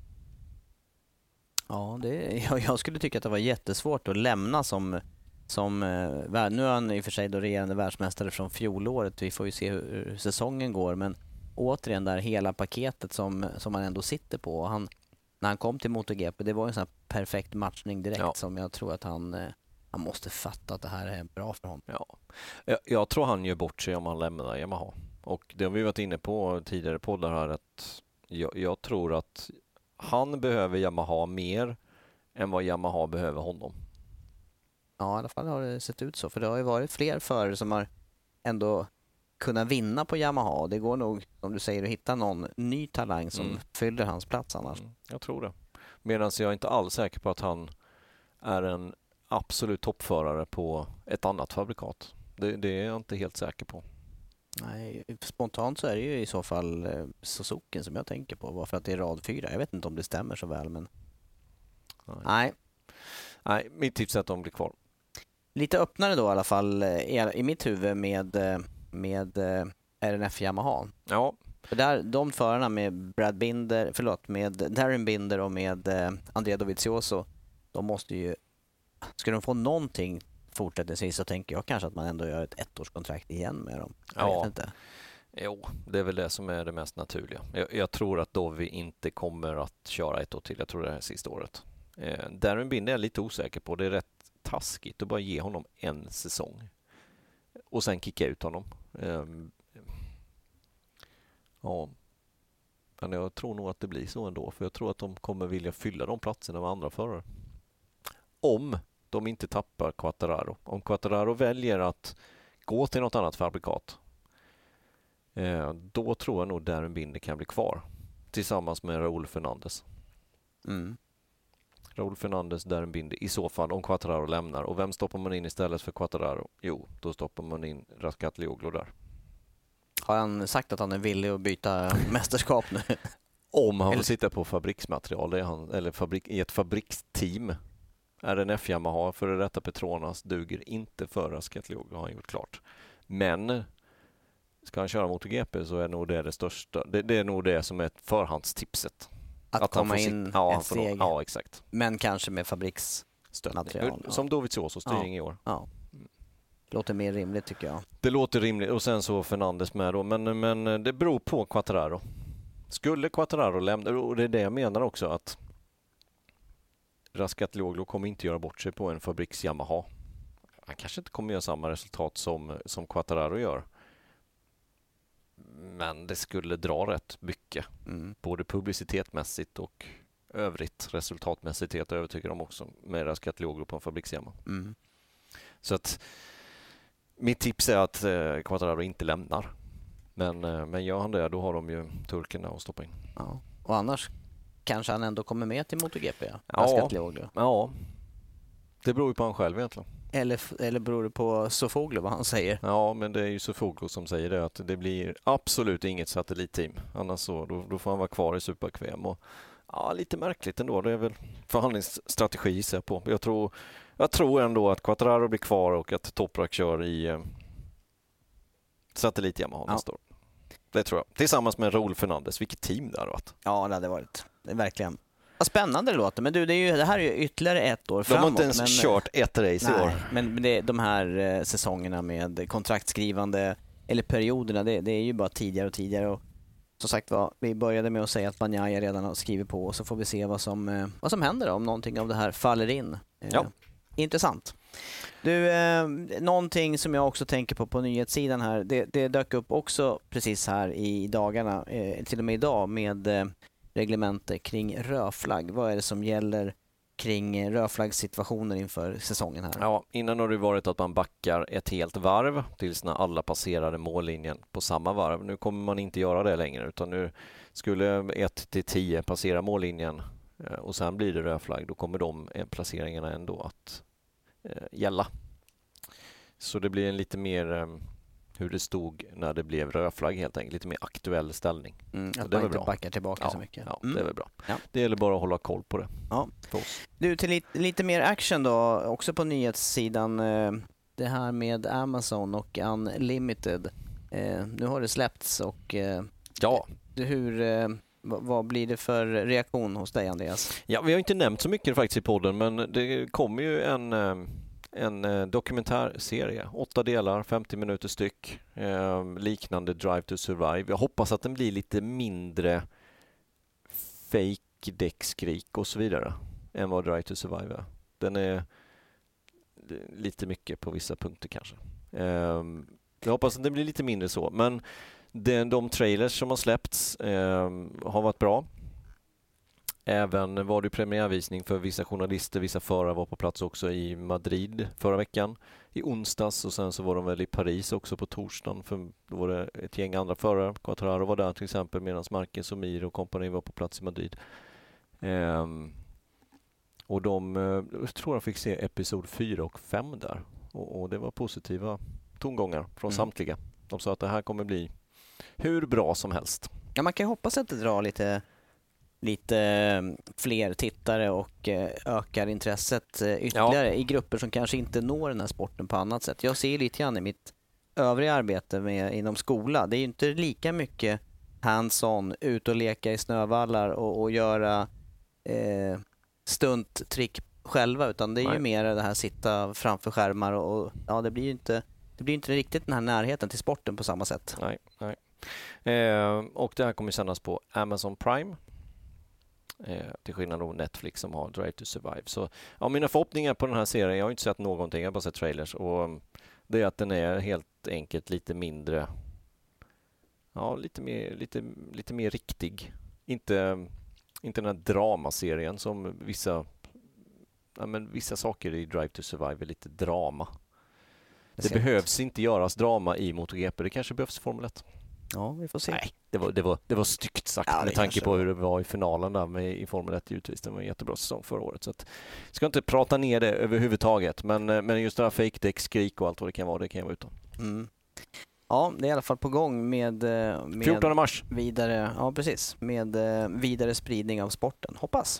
Ja, jag skulle tycka att det var jättesvårt att lämna som nu är han i och för sig då regerande världsmästare från fjolåret. Vi får ju se hur säsongen går, men återigen där hela paketet som han ändå sitter på. Och när han kom till MotoGP, det var en sån här perfekt matchning direkt som jag tror att han måste fatta att det här är bra för honom. Ja. Jag tror han gör bort sig om han lämnar Yamaha. Och det har vi varit inne på tidigare poddar här, att jag tror att han behöver Yamaha mer än vad Yamaha behöver honom. Ja, i alla fall har det sett ut så. För det har ju varit fler förare som har ändå kunnat vinna på Yamaha. Det går nog, som du säger, att hitta någon ny talang som fyller hans plats annars. Jag tror det. Medan jag är inte alls säker på att han är en absolut toppförare på ett annat fabrikat. Det är jag inte helt säker på. Nej, spontant så är det ju i så fall Suzuki som jag tänker på. Bara för att det är rad 4. Jag vet inte om det stämmer så väl, men nej, mitt tips är att de blir kvar. Lite öppnare då i alla fall i mitt huvud med RNF Yamaha. Ja. För där, de förarna med med Darren Binder och med Andrea Dovizioso, de måste ju, ska de få någonting fortsättningsvis, så tänker jag kanske att man ändå gör ett ettårskontrakt igen med dem. Jag vet inte. Jo, det är väl det som är det mest naturliga. Jag tror att Dovi inte kommer att köra ett år till. Jag tror det här är sista året. Darren Binder är jag lite osäker på. Det är rätt taskigt att bara ge honom en säsong och sen kicka ut honom. Ja, men jag tror nog att det blir så ändå, för jag tror att de kommer vilja fylla de platserna med andra förare. Om de inte tappar Quartararo. Om Quartararo väljer att gå till något annat fabrikat, då tror jag nog Darren Binder kan bli kvar tillsammans med Raúl Fernandez. Raúl Fernandez, Darren Binder i så fall, om Quartararo lämnar. Och vem stoppar man in istället för Quartararo? Jo, då stoppar man in Rascatlioglu där. Har han sagt att han är villig att byta mästerskap nu? Om han får sitta på fabriksmaterial, i ett fabriksteam. RNF Yamaha för det rätta Petronas duger inte för Rascatlioglu, har han gjort klart. Men ska han köra MotoGP så är nog det största. Det är nog det som är förhandstipset. Att komma in ett steg. Ja, exakt. Men kanske med fabriksmaterial. Som Dovizioso styrning i år. Ja. Låter mer rimligt tycker jag. Det låter rimligt. Och sen så Fernandes med då. Men det beror på Quartararo. Skulle Quartararo lämna, och det är det jag menar också, att Rascatlioglu kommer inte göra bort sig på en fabriks Yamaha. Han kanske inte kommer göra samma resultat som Quartararo gör. Men det skulle dra rätt mycket. Både publicitetmässigt och övrigt resultatmässigt, är jag övertygad om också, med Rascatlioglu på en fabriks Yamaha. Så att mitt tips är att Quartararo inte lämnar. Men gör han det, då har de ju turkerna att stoppa in. Ja. Och annars kanske han ändå kommer med till MotoGP. Ja. Det beror ju på han själv egentligen. Eller beror det på Sofoglu vad han säger? Ja, men det är ju Sofoglu som säger det, att det blir absolut inget satellitteam. Annars så, då får han vara kvar i Super-KVM. Och ja, lite märkligt ändå. Det är väl förhandlingsstrategi ser jag på. Jag tror ändå att Quartararo blir kvar och att Toprak kör i satellit Yamaha nästa år. Det tror jag. Tillsammans med Raúl Fernandez. Vilket team det har varit. Ja, det hade varit. Det är verkligen. Vad spännande det låter. Men du, det här är ju ytterligare ett år framåt. De har inte ens kört ett race i år. Men de här säsongerna med kontraktskrivande, eller perioderna, det är ju bara tidigare och tidigare. Och som sagt var, vi började med att säga att Bagnaia redan har skrivit på, och så får vi se vad som händer om någonting av det här faller in. Ja. Intressant. Du, någonting som jag också tänker på nyhetssidan här, det dök upp också precis här i dagarna, till och med idag, med reglemente kring rödflagg. Vad är det som gäller kring rödflaggsituationer inför säsongen här? Ja, innan har det varit att man backar ett helt varv tills när alla passerade mållinjen på samma varv. Nu kommer man inte göra det längre, utan nu skulle 1-10 passera mållinjen och sen blir det rödflagg. Då kommer de placeringarna ändå att gälla. Så det blir en lite mer hur det stod när det blev rödflagg, helt enkelt. Lite mer aktuell ställning. Att man inte backar tillbaka så mycket. Ja, det är väl bra. Ja. Det gäller bara att hålla koll på det. Ja. För oss. Du, till lite mer action då, också på nyhetssidan. Det här med Amazon och Unlimited. Nu har det släppts och ja. Vad blir det för reaktion hos dig, Andreas? Ja, vi har inte nämnt så mycket faktiskt i podden, men det kommer ju en dokumentärserie, 8 delar, 50 minuter styck, liknande Drive to Survive. Jag hoppas att den blir lite mindre fake däckskrik och så vidare än vad Drive to Survive är. Den är lite mycket på vissa punkter kanske. Jag hoppas att den blir lite mindre så, men de trailers som har släppts har varit bra. Även var det premiärvisning för vissa journalister, vissa förare var på plats också i Madrid förra veckan, i onsdags, och sen så var de väl i Paris också på torsdagen, för då var det ett gäng andra förare. Quattraro var där till exempel, medan Marquez och Mir och kompani var på plats i Madrid. Och jag tror de fick se episod 4 och 5 där, och det var positiva tongångar från samtliga. De sa att det här kommer bli hur bra som helst. Ja, man kan hoppas att det drar lite fler tittare och ökar intresset ytterligare i grupper som kanske inte når den här sporten på annat sätt. Jag ser lite grann i mitt övriga arbete inom skola. Det är ju inte lika mycket hands-on, ut och leka i snövallar och göra stunttrick själva, utan det är ju mer det här sitta framför skärmar och ja, det blir inte riktigt den här närheten till sporten på samma sätt. Nej. Och det här kommer sändas på Amazon Prime. Till skillnad från Netflix som har Drive to Survive. Så ja, mina förhoppningar på den här serien, jag har inte sett någonting, jag har bara sett trailers, och det är att den är helt enkelt lite mindre, ja, lite mer riktig. Inte den här dramaserien som vissa saker i Drive to Survive är lite drama. Det behövs inte göras drama i MotoGP, det kanske behövs Formel 1. Ja, vi får se. Nej, det var styggt sagt med tanke på hur det var i finalen där i Formel 1 givetvis. Det var en jättebra säsong förra året. Så att, jag ska inte prata ner det överhuvudtaget. Men just det här fake-däck, skrik och allt vad det kan vara utan. Ja, det är i alla fall på gång med 14 mars. Vidare, ja, precis. Med vidare spridning av sporten. Hoppas.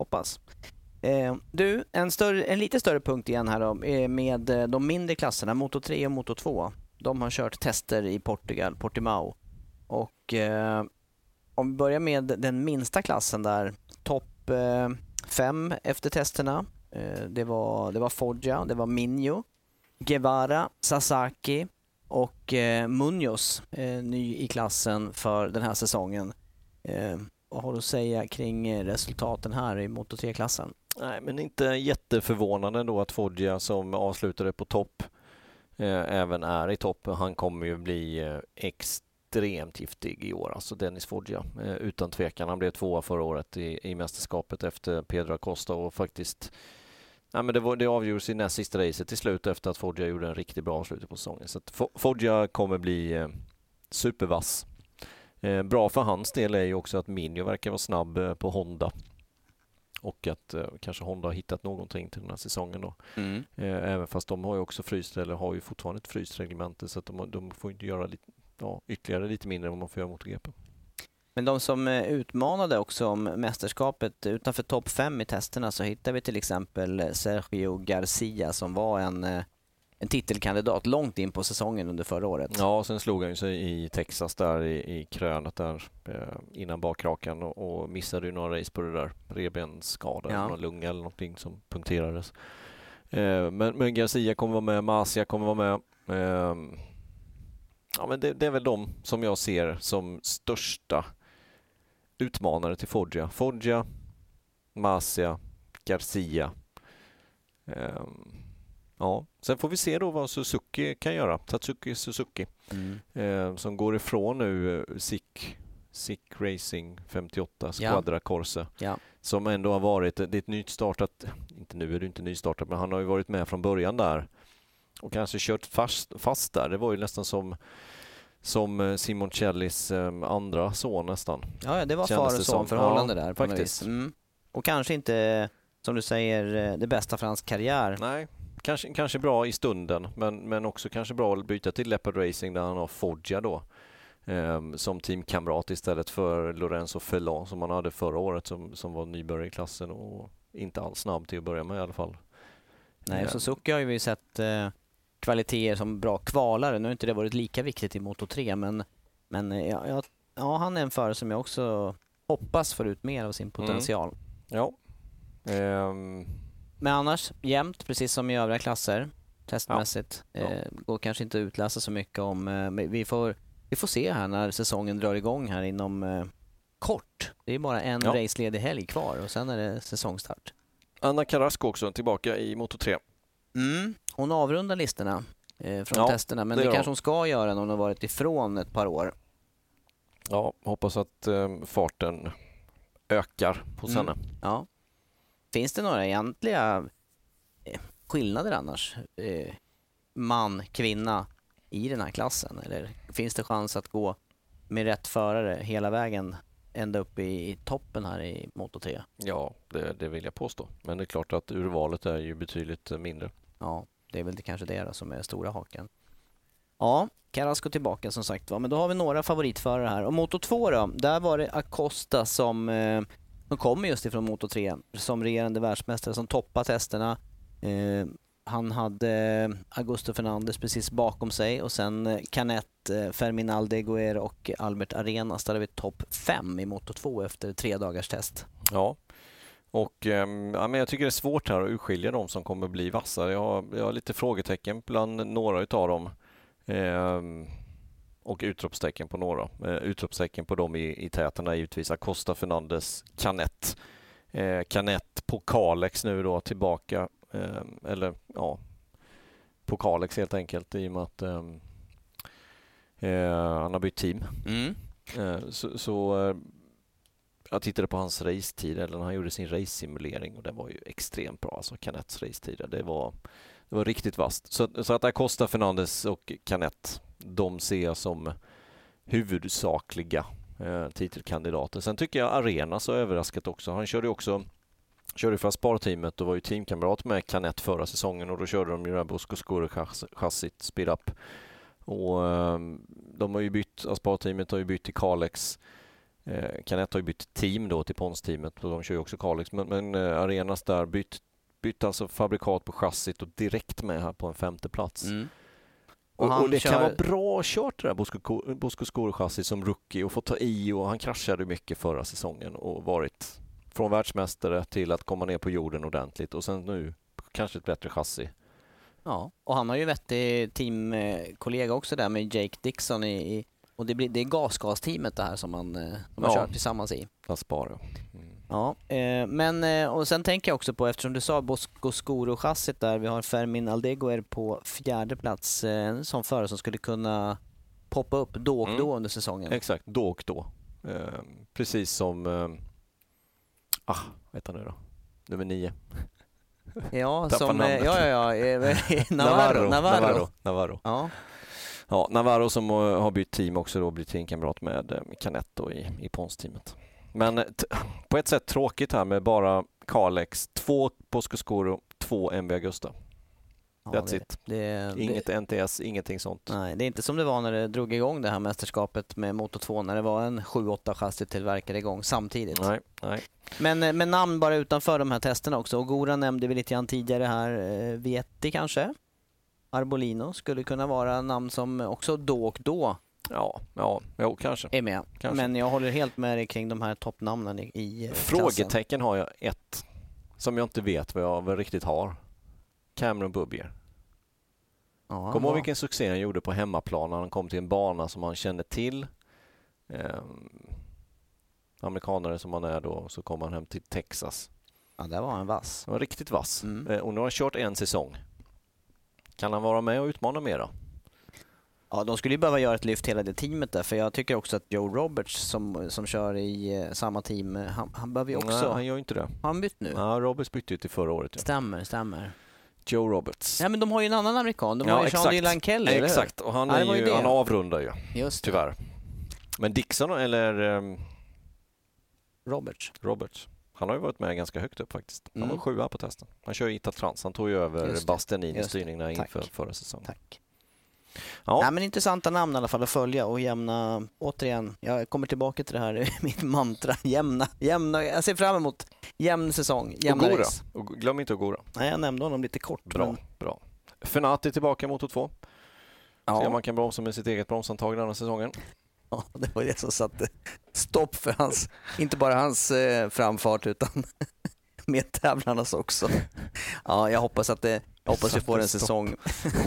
Du, en lite större punkt igen här då, med de mindre klasserna, Moto 3 och Moto 2. De har kört tester i Portugal, Portimao. Och om vi börjar med den minsta klassen där, topp 5 efter testerna. Det var Foggia, det var Minho, Guevara, Sasaki och Munoz, ny i klassen för den här säsongen. Vad har du att säga kring resultaten här i Moto 3-klassen? Nej, men inte jätteförvånande då att Foggia, som avslutade på topp, även är i topp. Han kommer ju bli extremt giftig i år, alltså Dennis Foggia, utan tvekan. Han blev 2 förra året i mästerskapet efter Pedro Acosta, och faktiskt det avgjordes i näst sista racet till slut efter att Foggia gjorde en riktigt bra avslut på säsongen. Så att Foggia kommer bli supervass. Bra för hans del är ju också att Minho verkar vara snabb på Honda. Och att kanske Honda har hittat någonting till den här säsongen då. Även fast de har ju också fryst, eller har ju fortfarande ett fryst reglemente, så att de får inte göra ytterligare lite mindre än vad man får göra mot GP. Men de som utmanade också om mästerskapet utanför topp 5 i testerna, så hittar vi till exempel Sergio Garcia som var en titelkandidat långt in på säsongen under förra året. Ja, sen slog han ju sig i Texas där i krönet där innan bakrakan och missade ju några race på det där revbensskada, någon lunga eller någonting som punkterades. Men Garcia kommer vara med, Masia kommer vara med. Ja, men det är väl de som jag ser som största utmanare till Foggia. Foggia, Masia, Garcia. Ja, sen får vi se då vad Suzuki kan göra. Tatsuki Suzuki. Som går ifrån nu SICK Racing 58 Squadra Corse. Ja. Som ändå har varit, det är ett nystartat, inte nu är det inte nystartat, men han har ju varit med från början där. Och kanske kört fast där. Det var ju nästan som Simoncellis andra son nästan. Ja, det var far och son förhållande där på faktiskt. Och kanske inte, som du säger, det bästa för hans karriär. Nej, kanske bra i stunden, men också kanske bra att byta till Leopard Racing där han har Foggia då. Som teamkamrat istället för Lorenzo Felon som han hade förra året som var nybörjare i klassen och inte alls snabb till att börja med i alla fall. Nej, Suzuki har ju vi sett kvaliteter som bra kvalare. Nu har inte det varit lika viktigt i Moto 3, men han är en förare som jag också hoppas får ut mer av sin potential. Ja. Men annars jämnt, precis som i övriga klasser testmässigt. Går kanske inte att utläsa så mycket om. Vi får se här när säsongen drar igång här inom kort. Det är bara en raceledig helg kvar och sen är det säsongstart. Anna Carrasco också tillbaka i Moto 3. Hon avrundar listorna från testerna, men det kanske hon ska göra när hon har varit ifrån ett par år. Ja, hoppas att farten ökar hos henne. Ja. Finns det några egentliga skillnader annars? Man, kvinna i den här klassen? Eller finns det chans att gå med rätt förare hela vägen ända upp i toppen här i Moto 3? Ja, det vill jag påstå. Men det är klart att urvalet är ju betydligt mindre. Ja, det är väl kanske det som är stora haken. Ja, Carrasco tillbaka som sagt va. Men då har vi några favoritförare här. Och Moto 2 då, där var det Acosta som kommer just ifrån Moto 3 som regerande världsmästare som toppar testerna. Han hade Augusto Fernandez precis bakom sig och sen Canet, Fermin Aldeguer och Albert Arenas. Där har vi topp 5 i Moto 2 efter 3 dagars test. Ja, och men jag tycker det är svårt här att urskilja de som kommer bli vassa. Jag har lite frågetecken bland några utav dem. Och utropstecken på några. Utropstecken på dem i täten är givetvis Acosta, Fernandez, Canet. Canet på Kalex nu då tillbaka. Eller ja, på Kalex helt enkelt i och med att han har bytt team. Så jag tittade på hans racetid eller när han gjorde sin race-simulering och det var ju extremt bra. Alltså Canets racetider, det var riktigt vasst. Så att Acosta, Fernandez och Canet, de ser jag som huvudsakliga titelkandidater. Sen tycker jag Arena så överraskat också. Han körde för Sparteamet och var ju teamkamrat med Canet förra säsongen och då körde de ju Bosco Skore-chassit Speed Up. Och de har ju bytt, Sparteamet har ju bytt till Kalex. Canet har ju bytt team då till Pons-teamet och de kör ju också Kalex. Men Arenas där bytt alltså fabrikat på chassit och direkt med här på en 5:e plats. Och det kan vara bra kört det där Bosco Skore-chassit som rookie och få ta i och han kraschade mycket förra säsongen och varit från världsmästare till att komma ner på jorden ordentligt och sen nu kanske ett bättre chassi. Ja, och han har ju vettig teamkollega också där med Jake Dixon och det är gasteamet det här som de har kört tillsammans i. Aspar, Ja, men och sen tänker jag också på, eftersom du sa Bosco Skore-chassit där, vi har Fermin Aldeguer på 4:e plats som förare som skulle kunna poppa upp då och då under säsongen. Exakt, då och då. Precis som vet han nu då? Nummer 9. Ja, som Navarro. Ja, Navarro som har bytt team också då, blivit teamkamrat med Canet i Pons-teamet. Men på ett sätt tråkigt här med bara Kalex, 2 Bosco Skore, 2 MV Augusta. That's it. Inget NTS, ingenting sånt. Nej, det är inte som det var när det drog igång det här mästerskapet med Moto 2 när det var en 7-8 chassitillverkare igång samtidigt. Nej. Men namn bara utanför de här testerna också. Och Gora nämnde vi lite grann tidigare här. Vietti kanske? Arbolino skulle kunna vara namn som också då och då kanske. Är med. Kanske. Men jag håller helt med dig kring de här toppnamnen i frågetecken klassen. har jag ett som jag inte vet vad jag riktigt har. Cameron Bubbier. Kommer ihåg vilken succé han gjorde på hemmaplan när han kom till en bana som han kände till. Amerikanare som han är då, så kom han hem till Texas. Ja, där var han vass. Han var riktigt vass. Och nu har han kört en säsong. Kan han vara med och utmana mer då? Ja, de skulle ju behöva göra ett lyft hela det teamet där, för jag tycker också att Joe Roberts som kör i samma team, han behöver ju också... Nej, han gör inte det. Har han bytt nu? Ja, Roberts bytte ju till förra året. Ja. Stämmer. Joe Roberts. Ja, men de har ju en annan amerikan. De har ju Sean Dylan Kelly, eller hur? Exakt, och han, han avrundar ju. Just tyvärr. Men Dixon eller... Roberts. Han har ju varit med ganska högt upp faktiskt. Han var 7 på testen. Han kör Ita Trans. Han tog ju över Bastianini i styrningen inför förra säsongen. Tack. Ja. Nej, men intressanta namn i alla fall att följa och jämna. Återigen, jag kommer tillbaka till det här, mitt mantra. Jämna. Jag ser fram emot jämn säsong. Jämna race. Och glöm inte Ogura. Nej, jag nämnde honom lite kort. Bra. Fenati tillbaka i Moto 2. Ja. Se om man kan bromsa med sitt eget bromsantag den här säsongen. Ja, det var det som satte stopp för hans, inte bara hans framfart utan med tävlarnas också. Ja, jag hoppas vi får en säsong.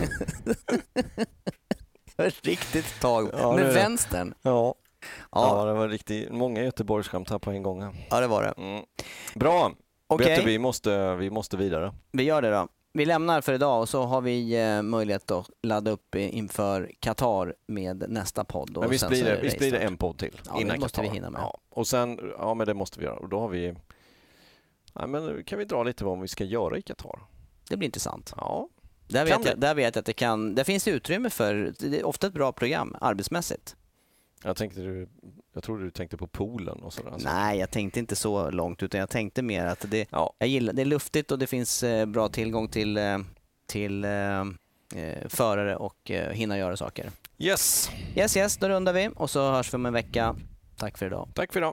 Riktigt tag med vänstern. Ja, det var riktigt många Göteborgsskämt här på en gång. Ja, det var det. Bra. Okay. Vet du, vi måste vidare. Vi gör det då. Vi lämnar för idag och så har vi möjlighet att ladda upp inför Qatar med nästa podd. Men visst blir det en podd till innan Qatar. Måste vi hinna med. Ja. Och sen, men det måste vi göra. Och då har vi... Ja, men kan vi dra lite vad vi ska göra i Qatar? Det blir intressant. Ja. Där vet jag att det finns utrymme för, det är ofta ett bra program arbetsmässigt. Jag trodde du tänkte på poolen och sådär. Nej, jag tänkte inte så långt, utan jag tänkte mer att jag gillar, det är luftigt och det finns bra tillgång till förare och hinna göra saker. Yes, då rundar vi och så hörs vi om en vecka. Tack för idag. Tack för idag.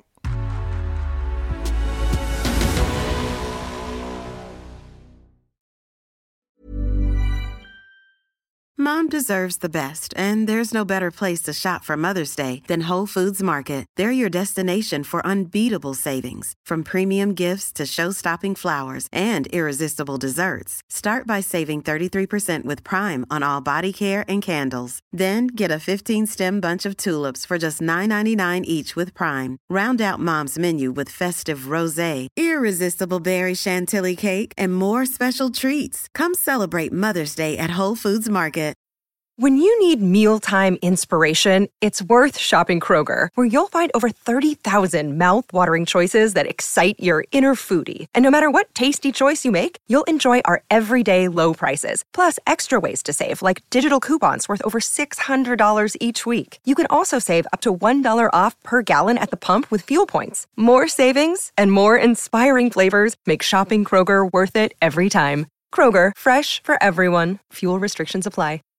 Mom deserves the best, and there's no better place to shop for Mother's Day than Whole Foods Market. They're your destination for unbeatable savings, from premium gifts to show-stopping flowers and irresistible desserts. Start by saving 33% with Prime on all body care and candles. Then get a 15-stem bunch of tulips for just $9.99 each with Prime. Round out Mom's menu with festive rosé, irresistible berry chantilly cake, and more special treats. Come celebrate Mother's Day at Whole Foods Market. When you need mealtime inspiration, it's worth shopping Kroger, where you'll find over 30,000 mouth-watering choices that excite your inner foodie. And no matter what tasty choice you make, you'll enjoy our everyday low prices, plus extra ways to save, like digital coupons worth over $600 each week. You can also save up to $1 off per gallon at the pump with fuel points. More savings and more inspiring flavors make shopping Kroger worth it every time. Kroger, fresh for everyone. Fuel restrictions apply.